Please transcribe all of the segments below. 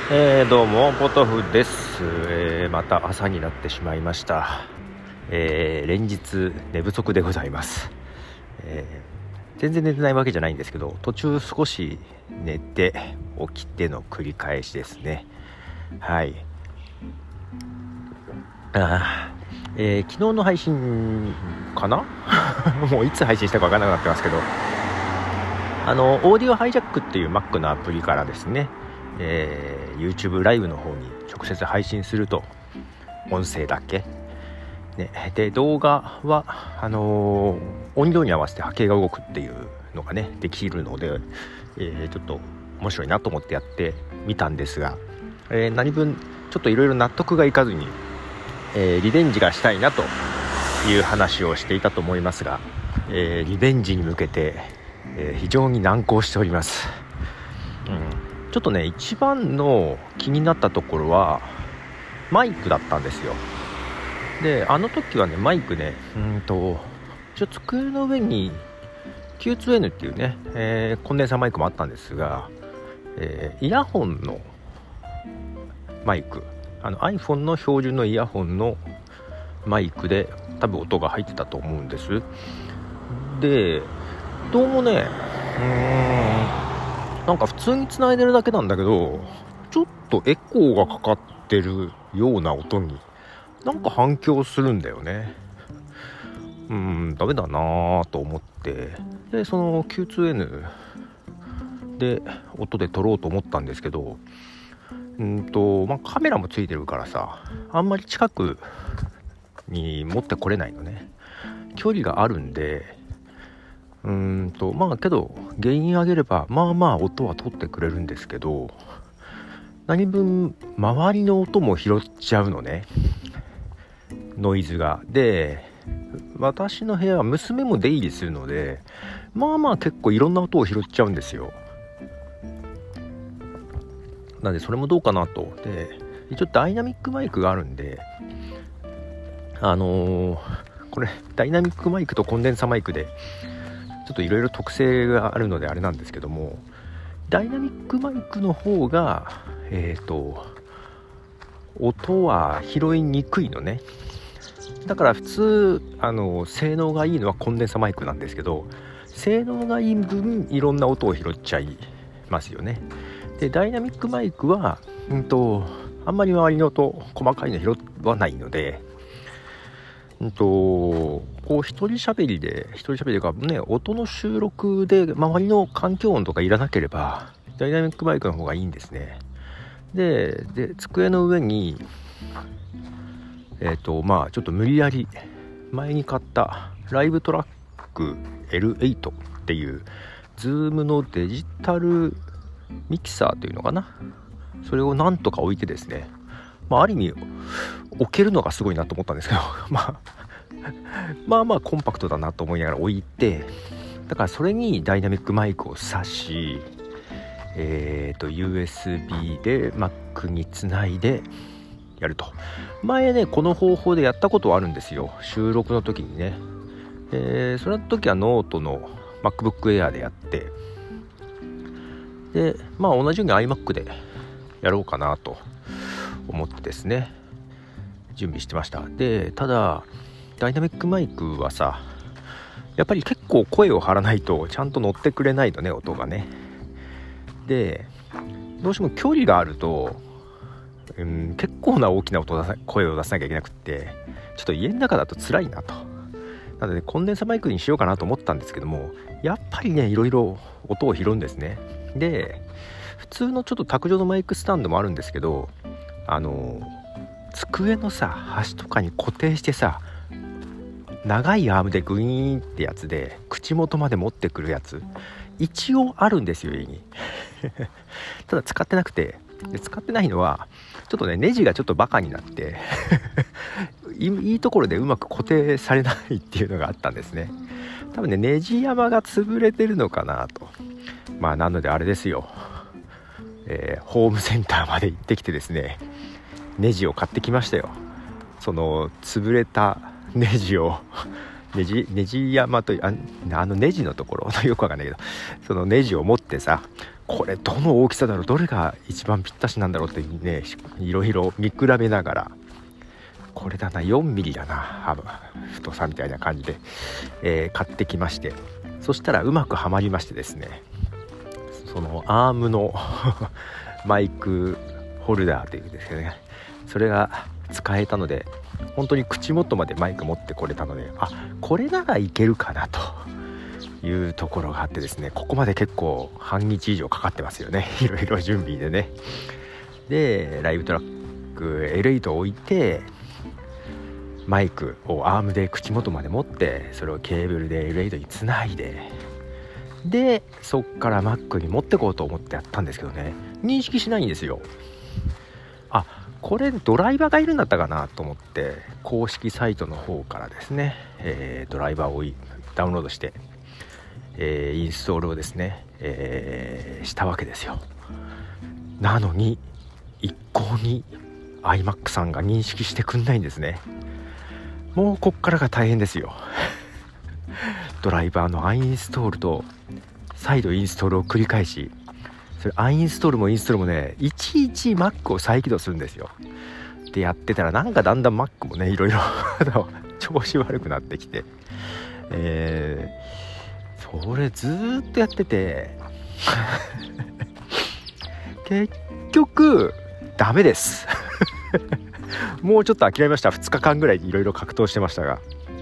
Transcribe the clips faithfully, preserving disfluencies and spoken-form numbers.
えー、どうもポトフです、えー、また朝になってしまいました、えー、連日寝不足でございます、えー、全然寝てないわけじゃないんですけど、途中少し寝て起きての繰り返しですね。はいあー、えー、昨日の配信かなもういつ配信したか分からなくなってますけど、あのオーディオハイジャックっていう Mac のアプリからですね、えー、YouTube ライブの方に直接配信すると音声だけ、ね、で動画はあのー、音量に合わせて波形が動くっていうのがねできるので、えー、ちょっと面白いなと思ってやってみたんですが、えー、何分ちょっといろいろ納得がいかずに、えー、リベンジがしたいなという話をしていたと思いますが、えー、リベンジに向けて、えー、非常に難航しております。うんちょっとね一番の気になったところはマイクだったんですよ。であの時はねマイクねうんと一応机の上に キューツーエヌ っていうね、えー、コンデンサーマイクもあったんですが、えー、イヤホンのマイクあの iPhone の標準のイヤホンのマイクで多分音が入ってたと思うんです。でどうもねうーんなんか普通に繋いでるだけなんだけどちょっとエコーがかかってるような音になんか反響するんだよね。うーんダメだなと思って、でその キューツーエヌ で音で撮ろうと思ったんですけど、うんと、まあ、カメラもついてるからさあんまり近くに持ってこれないのね。距離があるんでうーんとまあけど原因上げればまあまあ音は取ってくれるんですけど、何分周りの音も拾っちゃうのね、ノイズが。で私の部屋は娘も出入りするのでまあまあ結構いろんな音を拾っちゃうんですよ。なんでそれもどうかなと。で一応ダイナミックマイクがあるんであのー、これダイナミックマイクとコンデンサマイクでちょっといろいろ特性があるのであれなんですけども、ダイナミックマイクの方がえーと音は拾いにくいのね。だから普通あの性能がいいのはコンデンサマイクなんですけど、性能がいい分いろんな音を拾っちゃいますよね。でダイナミックマイクはうんとあんまり周りの音細かいの拾わないので、うんとこう一人喋りで一人喋りがね音の収録で周りの環境音とかいらなければダイナミックマイクの方がいいんですね。でで机の上にえっとまあちょっと無理やり前に買ったライブトラック エルエイト っていうズームのデジタルミキサーというのかな、それをなんとか置いてですね、まあ、ある意味置けるのがすごいなと思ったんですけどまあまあまあコンパクトだなと思いながら置いて、だからそれにダイナミックマイクを挿し、えーと ユーエスビー で Mac につないでやると。前ねこの方法でやったことはあるんですよ、収録の時にね。えー、それの時はノートの MacBook Air でやって、でまあ同じように iMac でやろうかなと思ってですね準備してました。でただダイナミックマイクはさやっぱり結構声を張らないとちゃんと乗ってくれないのね、音がね。でどうしても距離があると、うん、結構な大きな音を出さ声を出さなきゃいけなくって、ちょっと家の中だと辛いなと。なのでコンデンサマイクにしようかなと思ったんですけども、やっぱりねいろいろ音を拾うんですね。で普通のちょっと卓上のマイクスタンドもあるんですけど、あの机のさ端とかに固定してさ長いアームでグイーンってやつで口元まで持ってくるやつ一応あるんですよ家にただ使ってなくて、で使ってないのはちょっとねネジがちょっとバカになってい, いいところでうまく固定されないっていうのがあったんですね。多分ねネジ山が潰れてるのかなと。まあなのであれですよ、えー、ホームセンターまで行ってきてですねネジを買ってきましたよ。その潰れたネジをネジネジ山という あ, あのネジのところよくわかんないけど、そのネジを持ってさ、これどの大きさだろう、どれが一番ぴったしなんだろうってね、いろいろ見比べながら、これだなよんミリだな太さみたいな感じで、えー、買ってきまして、そしたらうまくはまりましてですね、そのアームのマイクホルダーというですね、それが使えたので、本当に口元までマイク持ってこれたので、あ、これならいけるかなというところがあってですね、ここまで結構半日以上かかってますよね、いろいろ準備でね。でライブトラック エルエイト を置いて、マイクをアームで口元まで持って、それをケーブルで エルエイト につないで、でそっから Mac に持ってこうと思ってやったんですけどね、認識しないんですよ。あ、これドライバーがいるんだったかなと思って、公式サイトの方からですね、えー、ドライバーをダウンロードして、えー、インストールをですね、えー、したわけですよ。なのに一向に iMac さんが認識してくんないんですね。もうこっからが大変ですよ。ドライバーのアインストールと再度インストールを繰り返し、それアインストールもインストールもね、いちいち Mac を再起動するんですよ。でやってたら、なんかだんだん Mac もね、いろいろ調子悪くなってきて、えー、それずーっとやってて結局ダメですもうちょっと諦めました。ふつかかんぐらいいろいろ格闘してましたが、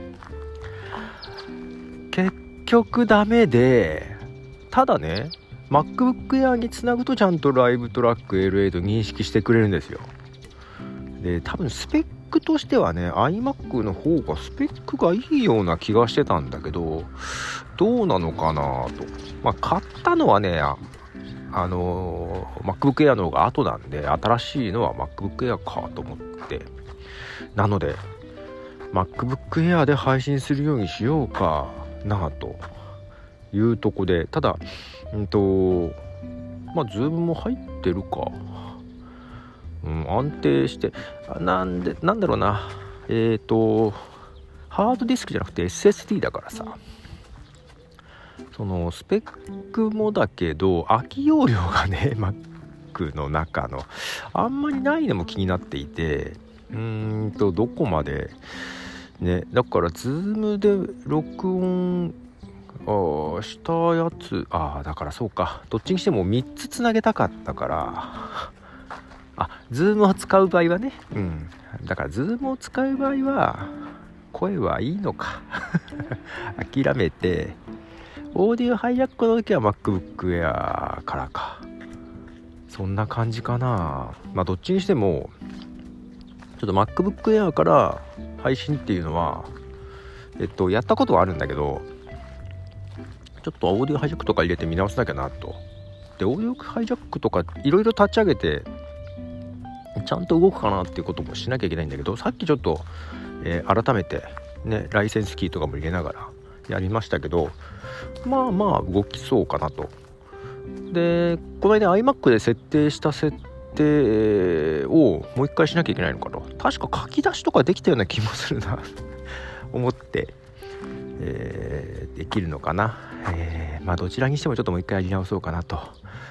結局ダメで、ただね MacBook Air につなぐとちゃんとライブトラック エルエイト 認識してくれるんですよ。で多分スペックとしてはね iMac の方がスペックがいいような気がしてたんだけど、どうなのかなと。まあ買ったのはね、あのー、MacBook Air の方が後なんで、新しいのは MacBook Air かと思って、なので MacBook Air で配信するようにしようかなというとこで、ただうんとまあ Zoom も入ってるか、うん、安定して、なんでなんだろうな、えっとハードディスクじゃなくて エスエスディー だからさ、そのスペックもだけど空き容量がね Mac の中のあんまりないのも気になっていて、うーんとどこまでね、だから Zoom で録音あしたやつ、あだからそうか、どっちにしてもみっつつなげたかったから、あ Zoom を使う場合はね、うんだから Zoom を使う場合は声はいいのか諦めて、オーディオハイジャックの時は MacBook Air からか、そんな感じかな。まあどっちにしてもちょっと MacBook Air から配信っていうのはえっとやったことはあるんだけど、ちょっとオーディオハイジャックとか入れて見直さなきゃなと。でオーディオハイジャックとかいろいろ立ち上げてちゃんと動くかなっていうこともしなきゃいけないんだけど、さっきちょっと、えー、改めてねライセンスキーとかも入れながらやりましたけど、まあまあ動きそうかなと。でこの間 iMac で設定した設定をもう一回しなきゃいけないのかと、確か書き出しとかできたような気もするな思って、えー、できるのかな、えー、まあどちらにしてもちょっともう一回やり直そうかなと。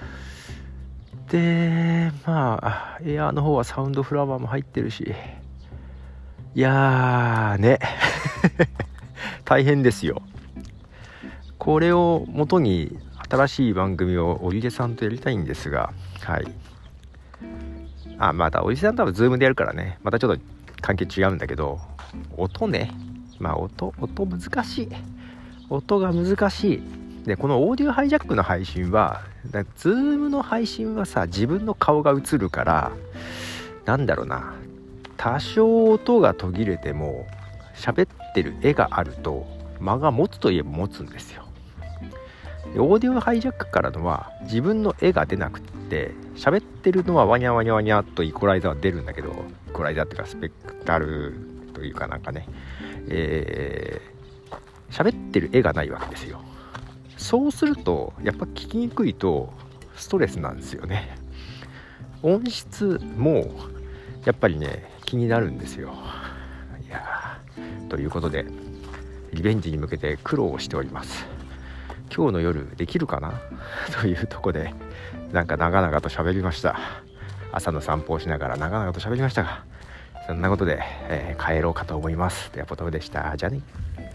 でまあエアーの方はサウンドフラワーも入ってるし、いやーね大変ですよ。これを元に新しい番組を織出さんとやりたいんですが、はい。あ、また織出さんとはズームでやるからね、またちょっと関係違うんだけど、音ね、まあ音音難しい。音が難しい。でこのオーディオハイジャックの配信は、ズームの配信はさ自分の顔が映るから、なんだろうな、多少音が途切れても喋ってる絵があると間が持つといえば持つんですよ。でオーディオハイジャックからのは自分の絵が出なくて、喋ってるのはワニャワニャワニャっとイコライザーは出るんだけど、イコライザーっていうかスペクタルというかなんかね、えー、喋ってる絵がないわけですよ。そうするとやっぱ聞きにくいとストレスなんですよね。音質もやっぱりね気になるんですよ。いやということでリベンジに向けて苦労をしております。今日の夜できるかなというとこでなんか長々と喋りました。朝の散歩をしながら長々と喋りましたが、そんなことで、えー、帰ろうかと思います。ではポトフでした。じゃあね。